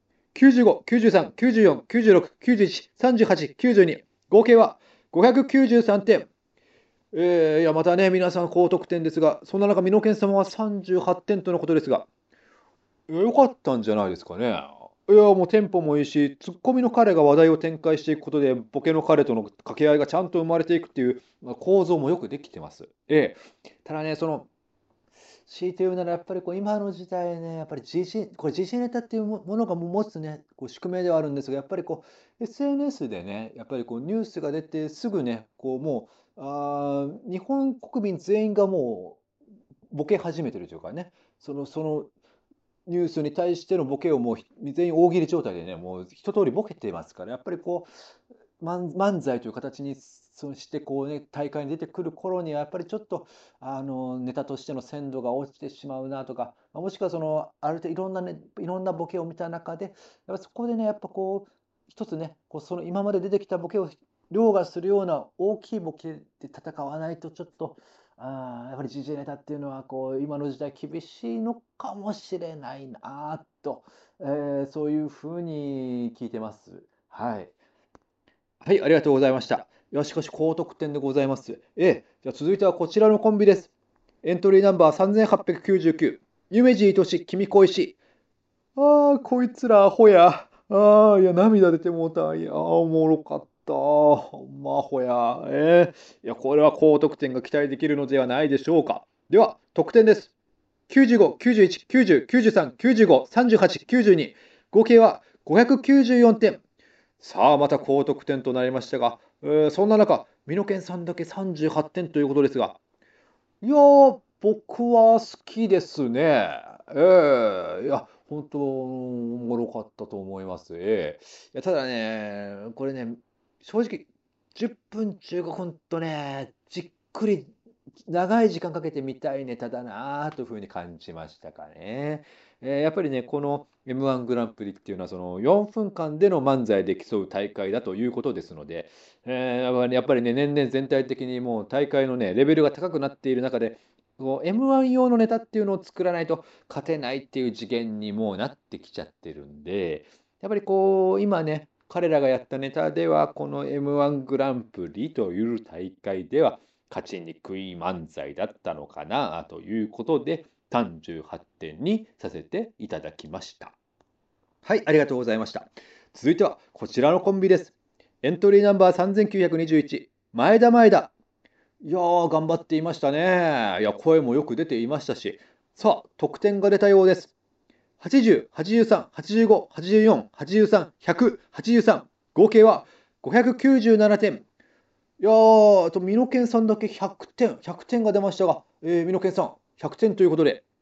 。95、93、94、96、91、38、92。合計は593点。いや、またね、皆さん高得点ですが、そんな中、ミノケン様は38点とのことですが、良かったんじゃないですかね。いや、もうテンポもいいし、ツッコミの彼が話題を展開していくことで、ボケの彼との掛け合いがちゃんと生まれていくっていう、構造もよくできてます。ただね、強いて言うならやっぱり今の時代ね、やっぱりこれ時事ネタっていうものが持つね、宿命ではあるんですが、やっぱりSNS でね、やっぱりニュースが出てすぐね、もう、日本国民全員がもうボケ始めてるというかね、そのニュースに対してのボケをもう全員大喜利状態でね、もう一通りボケてますから、やっぱり漫才という形にして大会に出てくる頃にはやっぱりちょっとネタとしての鮮度が落ちてしまうなとか、もしくはある程度いろんなボケを見た中で、やっぱそこでね、やっぱ一つね、今まで出てきたボケを凌駕するような大きいボケで戦わないとちょっと、やっぱり時事ネタっていうのは今の時代厳しいのかもしれないなと、そういうふうに聞いてます。はい。はい、ありがとうございました。いや、しかし高得点でございます。じゃあ続いてはこちらのコンビです。エントリーナンバー3899、夢二愛し、君恋し。こいつらアホや。いや、涙出てもうた。いやおもろかった。ほんまアホや。いや、これは高得点が期待できるのではないでしょうか。では、得点です。95、91、90、93、95、38、92。合計は594点。さあ、また高得点となりましたが、そんな中、ミノケンさんだけ38点ということですが、いやー、僕は好きですね。いや、本当おもろかったと思います。いや、ただね、これね、正直、10分、15分とね、じっくり長い時間かけて見たいネタだなというふうに感じましたかね。やっぱりね、この M1 グランプリっていうのは、その4分間での漫才で競う大会だということですので、やっぱりね、年々全体的にもう大会のね、レベルが高くなっている中で、M1 用のネタっていうのを作らないと勝てないっていう次元にもうなってきちゃってるんで、やっぱり今ね、彼らがやったネタでは、この M1 グランプリという大会では、 勝ちにくい漫才だったのかなということで、38点にさせていただきました。はい、ありがとうございました。続いてはこちらのコンビです。エントリーナンバー3921、前田。いやー、頑張っていましたね。いや、声もよく出ていましたし、さあ、得点が出たようです。80、83、85、84、83、100、83、合計は597点。いやー、ミノケンさんだけ100点が出ましたが、ミノケンさん、100点ということで、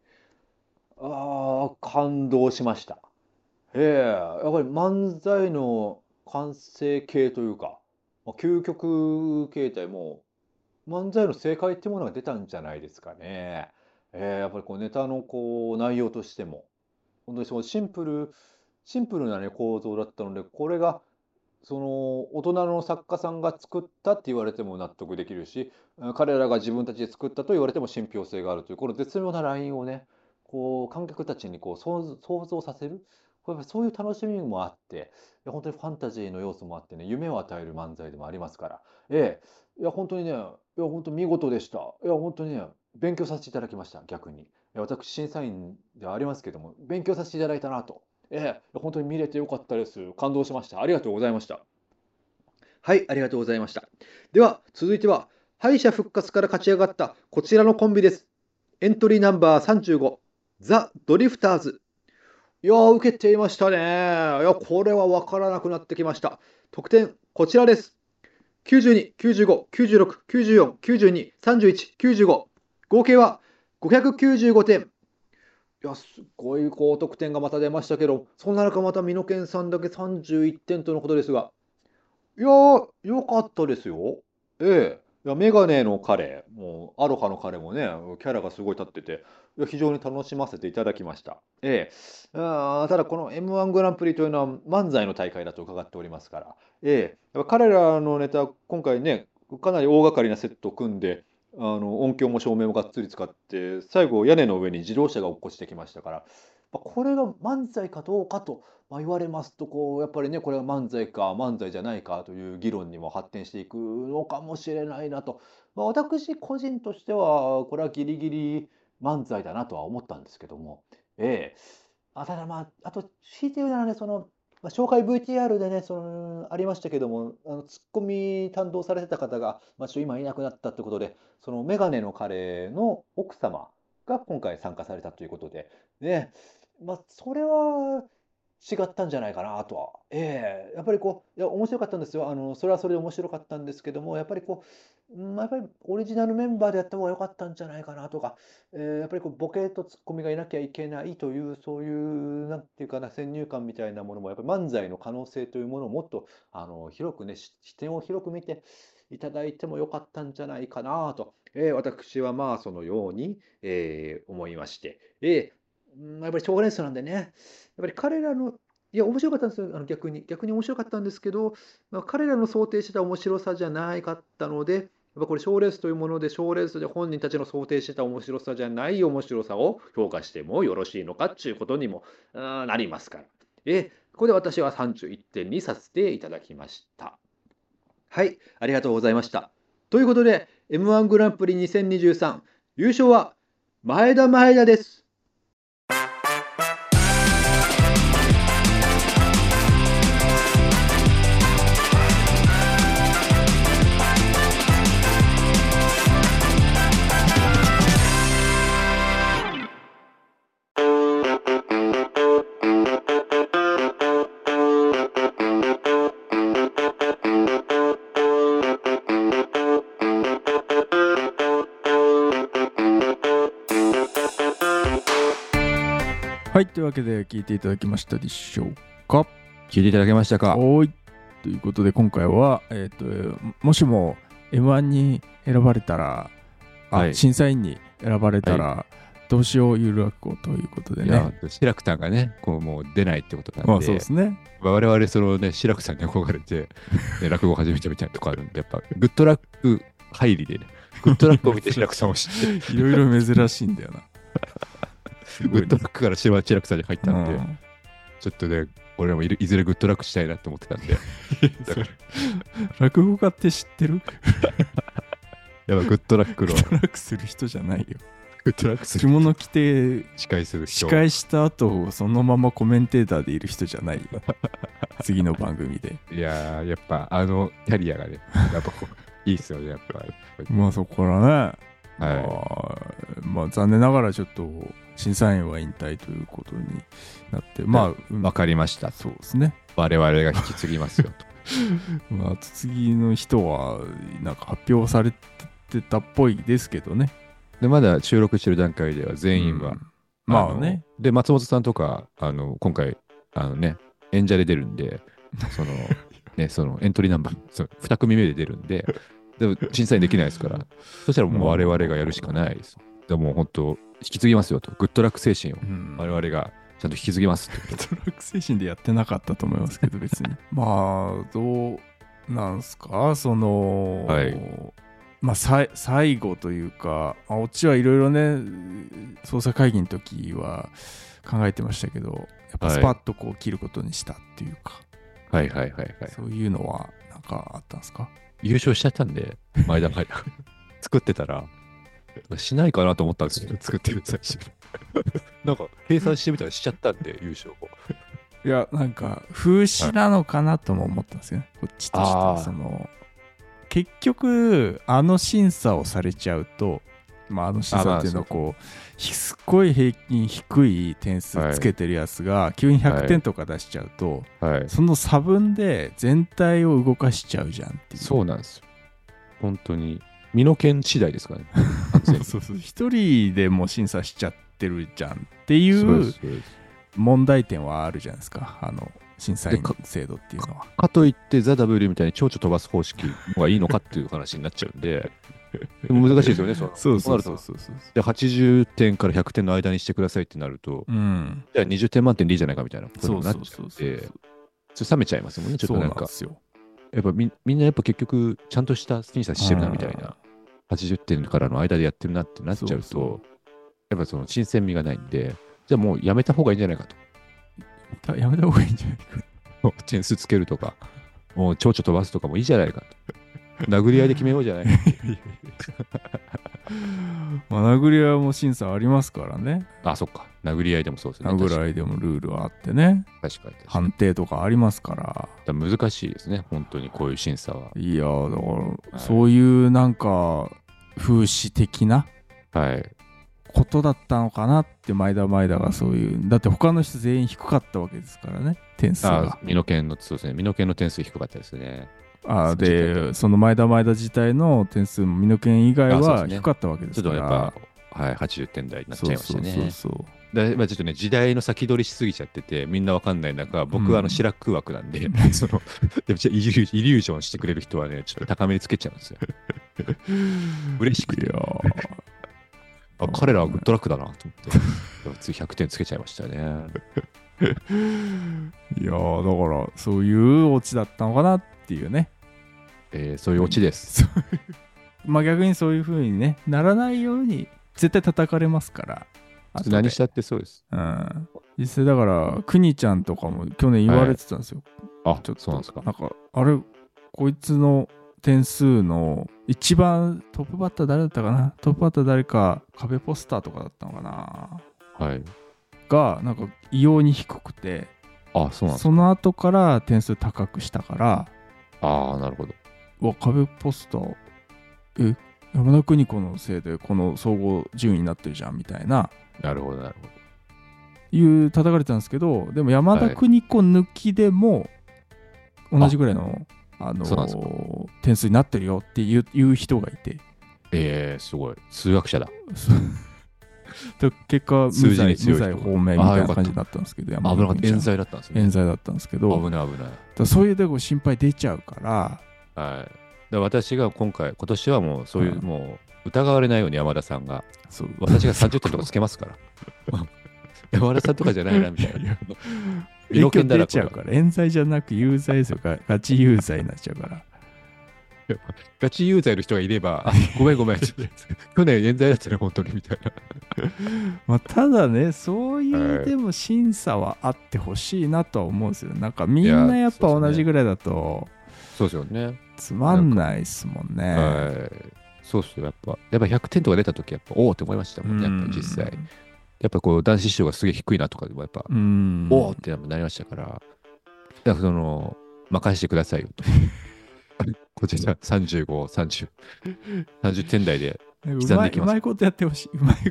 感動しました。やっぱり漫才の完成形というか、究極形態も、漫才の正解っていうものが出たんじゃないですかね。やっぱりこうネタのこう内容としても、本当にそのシンプルなね、構造だったので、これがその大人の作家さんが作ったって言われても納得できるし、彼らが自分たちで作ったと言われても信憑性があるという、この絶妙なラインをね、こう観客たちにこう想像させる、これやっぱそういう楽しみもあって、いや本当にファンタジーの要素もあってね、夢を与える漫才でもありますから、いや本当にね、いや本当見事でした。いや本当にね、勉強させていただきました、逆に。いや私、審査員ではありますけども、勉強させていただいたなと。本当に見れてよかったです。感動しました。ありがとうございました。はい、ありがとうございました。では、続いては、敗者復活から勝ち上がったこちらのコンビです。エントリーナンバー35、ザ・ドリフターズ。いやー、受けていましたね。いや、これは分からなくなってきました。得点、こちらです。92、95、96、94、92、31、95。合計は595点。いや、すごい高得点がまた出ましたけど、そんな中またミノケンさんだけ31点とのことですが、いやー、良かったですよ。いや、メガネの彼、もう、アロハの彼もね、キャラがすごい立ってて、いや非常に楽しませていただきました。ただ、この M1 グランプリというのは漫才の大会だと伺っておりますから、やっぱ彼らのネタ、今回ね、かなり大掛かりなセットを組んで、音響も照明もがっつり使って、最後、屋根の上に自動車が落っこちてきましたから、これが漫才かどうかと言われますと、こうやっぱりね、これは漫才か漫才じゃないかという議論にも発展していくのかもしれないなと、私個人としてはこれはギリギリ漫才だなとは思ったんですけども、ただあと強いて言うならね、その、紹介 VTR でね、ありましたけども、ツッコミ担当されてた方が、今いなくなったということで、そのメガネの彼の奥様が今回参加されたということで、ね、それは違ったんじゃないかなとは。やっぱりこう、いや、面白かったんですよ。それはそれで面白かったんですけども、やっぱりこう、やっぱりオリジナルメンバーでやった方が良かったんじゃないかなとか、やっぱりこうボケとツッコミがいなきゃいけないという、そういう、なんていうかな、先入観みたいなものも、やっぱり漫才の可能性というものをもっと、広くね、視点を広く見ていただいても良かったんじゃないかなと、私はそのように、思いまして、やっぱり賞レースなんでね、やっぱり彼らの、いや、面白かったんですよ、逆に面白かったんですけど、彼らの想定してた面白さじゃないかったので、やっぱこれ賞レースというもので、賞レースで本人たちの想定してた面白さじゃない面白さを評価してもよろしいのかっていうことにもなりますから。ここで私は31点にさせていただきました。はい、ありがとうございました。ということで、M1 グランプリ2023優勝は前田です。 はい、というわけで聞いていただきましたでしょうか。 聞いていただけましたか。 はい。ということで今回は、もしも M1 に選ばれたら、審査員に選ばれたら、どうしようゆる落語ということでね。 いや、志らくさんがね、こうもう出ないってことなんで、 そうですね。 我々そのね、志らくさんに憧れて、落語を始めたみたいなとこあるんで、やっぱグッドラック入りでね、グッドラックを見て志らくさんを知って、 いろいろ珍しいんだよな。 グッドラックから志らくさんに入ったんで、ちょっとね、俺らもいずれグッドラックしたいなって思ってたんで。 落語家って知ってる？ やっぱグッドラックのグッドラックする人じゃないよ。 グッドラックす着る物着て司会する人。 司会した後そのままコメンテーターでいる人じゃないよ。次の番組で。 いやー、やっぱキャリアがね、やっぱこういいっすよね、やっぱ。 まあそこからね、 はまあ残念ながらちょっと審査員は引退ということになって、まあわかりました。 そうですね。 我々が引き継ぎますよと。 まあ次の人はなんか発表されてたっぽいですけどね。 でまだ収録してる段階では全員は、 まあね。 で松本さんとか今回演者で出るんで、そのエントリーナンバー2組目で出るんで、でも審査員できないですから、そしたらもう我々がやるしかないです。でも本当引き継ぎますよと、グッドラック精神を我々がちゃんと引き継ぎますって。 グッドラック精神でやってなかったと思いますけど別に。まあどうなんすか、はいまあ、最後というか、オチはいろいろね捜査会議の時は考えてましたけど、やっぱスパッとこう切ることにしたっていうか、 はいはいはいはい、 そういうのはなんかあったんですか？ 優勝しちゃったんで前田作ってたらしないかなと思ったんですよ、作ってる最初なんか計算してみたらしちゃったんで優勝を。 いやなんか風刺なのかなとも思ったんですよね、こっちとしては。結局審査をされちゃうと、審査っていうのはこうすっごい平均低い点数つけてるやつが急に100点とか出しちゃうと、その差分で全体を動かしちゃうじゃんっていう。 そうなんですよ、本当に身の剣次第ですからねそう一人でも審査しちゃってるじゃんっていう問題点はあるじゃないですか、審査員制度っていうのは。 かといってザ・ W みたいに蝶々飛ばす方式がいいのかっていう話になっちゃうんで難しいですよね。そうで80点から100点の間にしてくださいってなると、じゃあ20点満点でいいじゃないかみたいなことになっちゃうんで、冷めちゃいますもんね。ちょっとなんかやっぱみんなやっぱ結局ちゃんとした審査してるなみたいな、80点からの間でやってるなってなっちゃうと、やっぱその新鮮味がないんで、じゃあもうやめた方がいいんじゃないかと。 やめた方がいいんじゃないか。 点数つけるとか、もう蝶々飛ばすとかもいいじゃないかと。殴り合いで決めようじゃないか。 殴り合いも審査ありますからね。 あ、そっか。殴り合いでもそうですね。 殴り合いでもルールはあってね。 確かに。 判定とかありますから。 難しいですね、本当にこういう審査は。 いやだからそういうなんか風刺的なことだったのかなって、前田がそういう、だって他の人全員低かったわけですからね、点数が。 身の剣の点数低かったですね。 でその前田自体の点数も身の剣以外は低かったわけですから、 ちょっとやっぱ、80点台になっちゃいましたね。ちょっとね、時代の先取りしすぎちゃってて、みんなわかんない中、僕は白空枠なんで、イリュージョンしてくれる人はね、ちょっと高めにつけちゃうんですよ。嬉しくて。彼らはグッドラックだなと思って、次100点つけちゃいましたね。 いやだからそういうオチだったのかなっていうね。 そういうオチです。 逆にそういう風にねならないように絶対叩かれますから。 何したってそうです。 実際だからくにちゃんとかも去年言われてたんですよ。 ちょっとそうなんですか。 なんかあれこいつの点数の一番トップバッター誰だったかな、トップバッター誰か壁ポスターとかだったのかな、がなんか異様に低くて、その後から点数高くしたから、 なるほど。 壁ポスター山田邦子のせいでこの総合順位になってるじゃんみたいな、 なるほどいう叩かれてたんですけど、でも山田邦子抜きでも同じぐらいの点数になってるよっていう人がいて、 すごい数学者だ。 結果無罪放明みたいな感じだったんですけど、 冤罪だったんですね。 冤罪だったんですけど、 危ないそういうでも心配出ちゃうから、 私が今年はもうそういう、もう疑われないように山田さんが、私が30点とかつけますから山田さんとかじゃないなみたいな。 影響出ちゃうから、冤罪じゃなく有罪ですよ、ガチ有罪になっちゃうから。 ガチ有罪の人がいれば、ごめん去年冤罪だったね本当にみたいな。ただね、そういうでも審査はあってほしいなとは思うんですよ。なんかみんなやっぱ同じぐらいだとそうですよね、 つまんないですもんね。 そうっすよ、やっぱ100点とか出たとき、やっぱ、おおって思いましたもんね、やっぱ実際。やっぱこう、男子師匠がすげえ低いなとかでも、やっぱ、おおってなりましたから、だから任せてくださいよと。こちら35、30点台で刻んでいきます。 うまいことやってほしい。うまい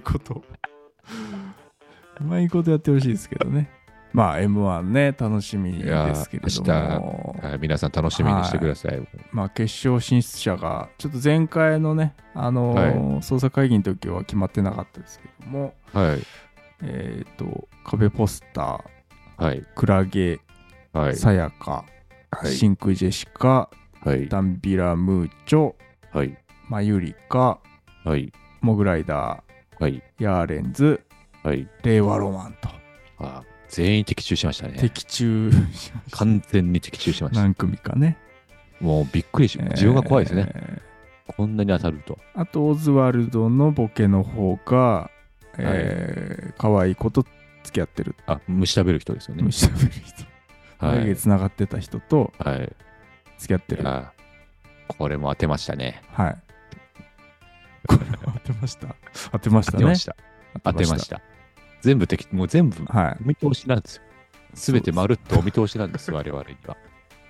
ことやってほしいですけどね。まあ M1 ね、楽しみですけれども。 明日、皆さん楽しみにしてください。 まあ決勝進出者が、ちょっと前回のね、捜査会議の時は決まってなかったですけども、 はい。 壁ポスター、 クラゲ、さやか、真空ジェシカ、ダンビラムーチョ、マユリカ、モグライダー、ヤーレンズ、令和ロマンと。 全員的中しましたね。 的中完全に的中しました。 何組かね。 もうびっくりし、自分が怖いですね。こんなに当たると。 あと、オズワルドのボケの方が、可愛い子と付き合ってる。 虫食べる人ですよね。 虫食べる人。眉毛つながってた人と付き合ってる。 これも当てましたね。 はい。これも当てました。当てましたね。 当てました。全部もう全部お見通しなんですよ。すべてまるっとお見通しなんです、我々には。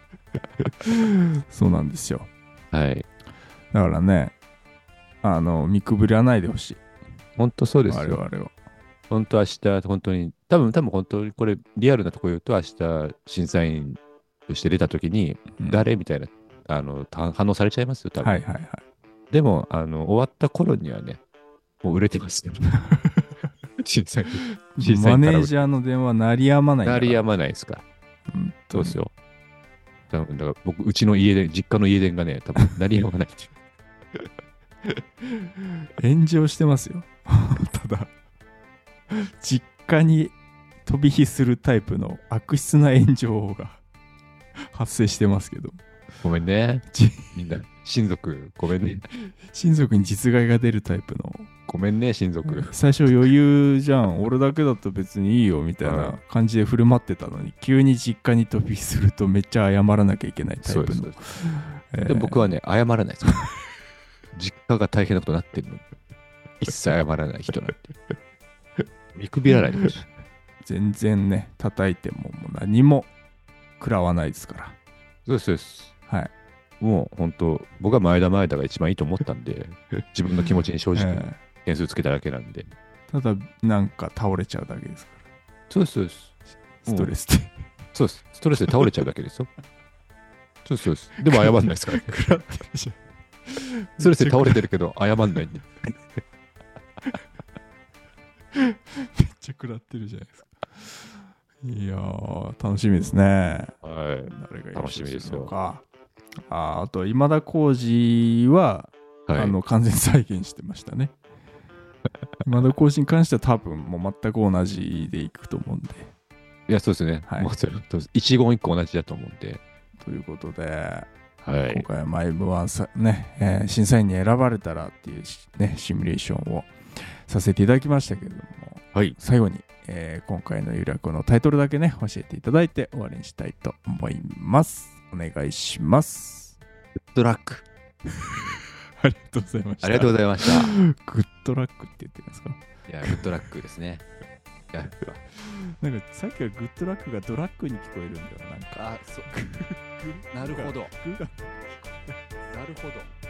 そうなんですよ。 はい。 だからね、見くびらないでほしい。 本当そうですよ。 我々は。 本当明日、本当に、多分本当にこれリアルなところ言うと、明日審査員として出たときに、誰みたいな、反応されちゃいますよ、多分。でも、終わった頃にはね、もう売れてますよ。 マネージャーの電話鳴りやまない。 鳴りやまないですから。そうですよ。だから僕、うちの実家の家電がね、多分鳴りやまない。 炎上してますよ。ただ、実家に飛び火するタイプの悪質な炎上が発生してますけど。 ごめんね。みんな、親族、ごめんね。 親族に実害が出るタイプの。 ごめんね、親族。 最初余裕じゃん。俺だけだと別にいいよみたいな感じで振る舞ってたのに、急に実家に飛び火するとめっちゃ謝らなきゃいけないタイプの。 で僕はね、謝らないです。実家が大変なことになってるのに。一切謝らない人なんて。見くびらないでほしい。 全然ね、叩いてももう何も食らわないですから。 そうです。 はい。 もう本当、僕は前田が一番いいと思ったんで、自分の気持ちに正直点数つけただけなんで。 ただ、なんか倒れちゃうだけですから。 そうです。 ストレスで。 そうです。ストレスで倒れちゃうだけですよ。そうです。でも謝んないですからね。 食らってるじゃん。 ストレスで倒れてるけど、謝んないんで。 めっちゃ食らってるじゃないですか。いやー、楽しみですね。 はい。 誰が楽しみですよ。あと、今田耕司は、完全再現してましたね。今田耕司に関しては多分、もう全く同じでいくと思うんで。 いや、そうですね。もう一言一句同じだと思うんで。 ということで、今回はM1ね、審査員に選ばれたらっていう、ね、シミュレーションをさせていただきましたけれども、最後に、今回の有楽のタイトルだけね、教えていただいて終わりにしたいと思います。お願いします。 グッドラック。 ありがとうございました。 ありがとうございました。 グッドラックって言ってるんですか？ いや、グッドラックですね。 なんかさっきはグッドラックがドラッグに聞こえるんだよ。なんか。 そう。なるほど。 グが。 なるほど。